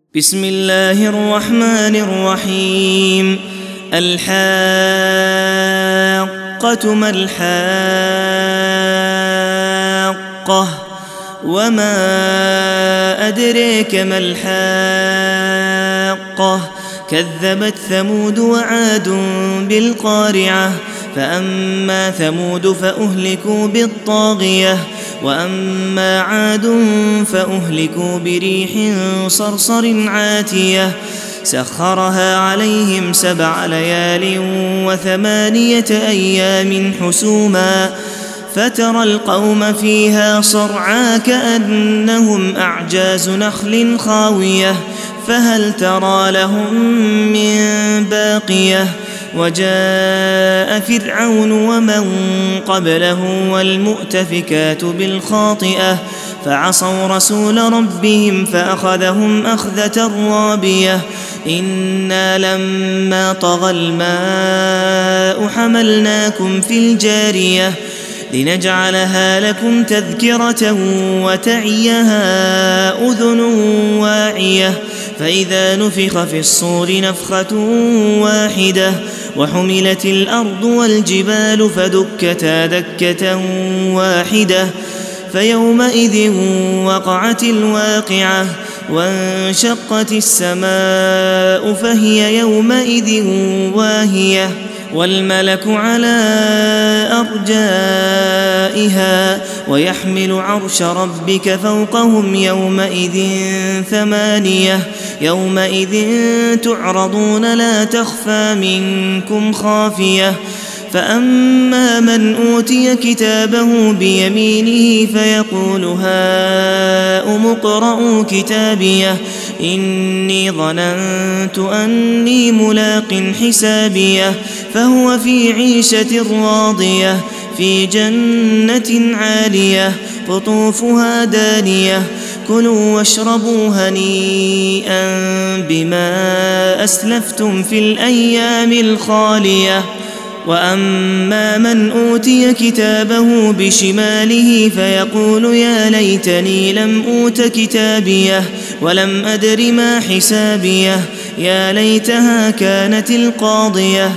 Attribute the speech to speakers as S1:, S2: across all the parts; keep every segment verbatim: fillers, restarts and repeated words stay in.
S1: بسم الله الرحمن الرحيم. الحاقة ما الحاقة وما أدريك ما الحاقة كذبت ثمود وعاد بالقارعة فأما ثمود فأهلكوا بالطاغية وأما عاد فأهلكوا بريح صرصر عاتية سخرها عليهم سبع ليال وثمانية أيام حسوما فترى القوم فيها صرعى كأنهم أعجاز نخل خاوية فهل ترى لهم من باقية وجاء فرعون ومن قبله والمؤتفكات بالخاطئة فعصوا رسول ربهم فأخذهم أخذة رابية إنا لما طغى الماء حملناكم في الجارية لنجعلها لكم تذكرة وتعيها أذن واعية فإذا نفخ في الصور نفخة واحدة وحملت الأرض والجبال فدكتا دكة واحدة فيومئذ وقعت الواقعة وانشقت السماء فهي يومئذ واهية والملك على أرجائها ويحمل عرش ربك فوقهم يومئذ ثمانية يومئذ تعرضون لا تخفى منكم خافية فأما من أوتي كتابه بيمينه فيقول هاؤم اقرءوا كتابيه إني ظننت أني ملاق حسابيه فهو في عيشة راضية في جنة عالية قطوفها دانية كلوا واشربوا هنيئا بما أسلفتم في الأيام الخالية وأما من أوتي كتابه بشماله فيقول يا ليتني لم أوت كتابيه ولم أدر ما حسابيه يا ليتها كانت القاضية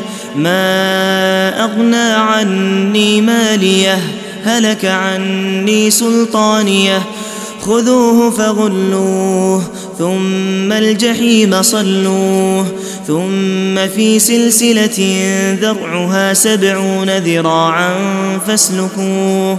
S1: ما أغنى عني ماليه هلك عني سلطانيه خذوه فغلوه ثم الجحيم صلوه ثم في سلسلة ذرعها سبعون ذراعا فاسلكوه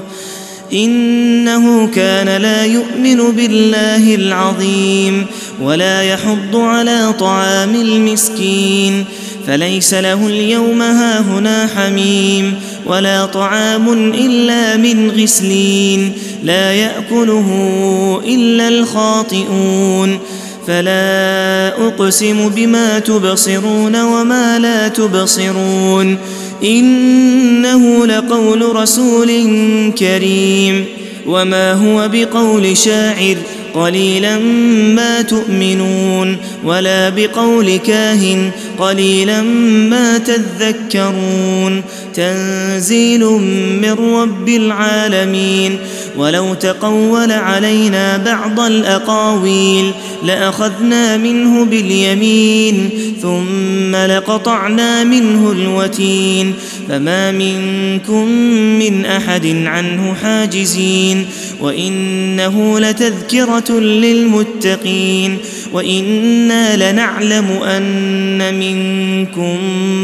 S1: إنه كان لا يؤمن بالله العظيم ولا يحض على طعام المسكين فليس له اليوم هاهنا حميم ولا طعام إلا من غسلين لا يأكله إلا الخاطئون فلا أقسم بما تبصرون وما لا تبصرون إنه لقول رسول كريم وما هو بقول شاعر قليلا ما تؤمنون ولا بقول كاهن قليلا ما تذكرون تنزيل من رب العالمين ولو تقول علينا بعض الأقاويل لأخذنا منه باليمين ثم لقطعنا منه الوتين فما منكم من أحد عنه حاجزين وإنه لتذكرة للمتقين وإنا لنعلم أن منكم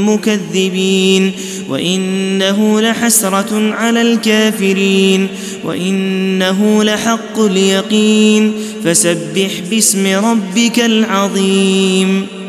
S1: مكذبين وإنه لحسرة على الكافرين وإنه لحق اليقين فسبح باسم ربك العظيم.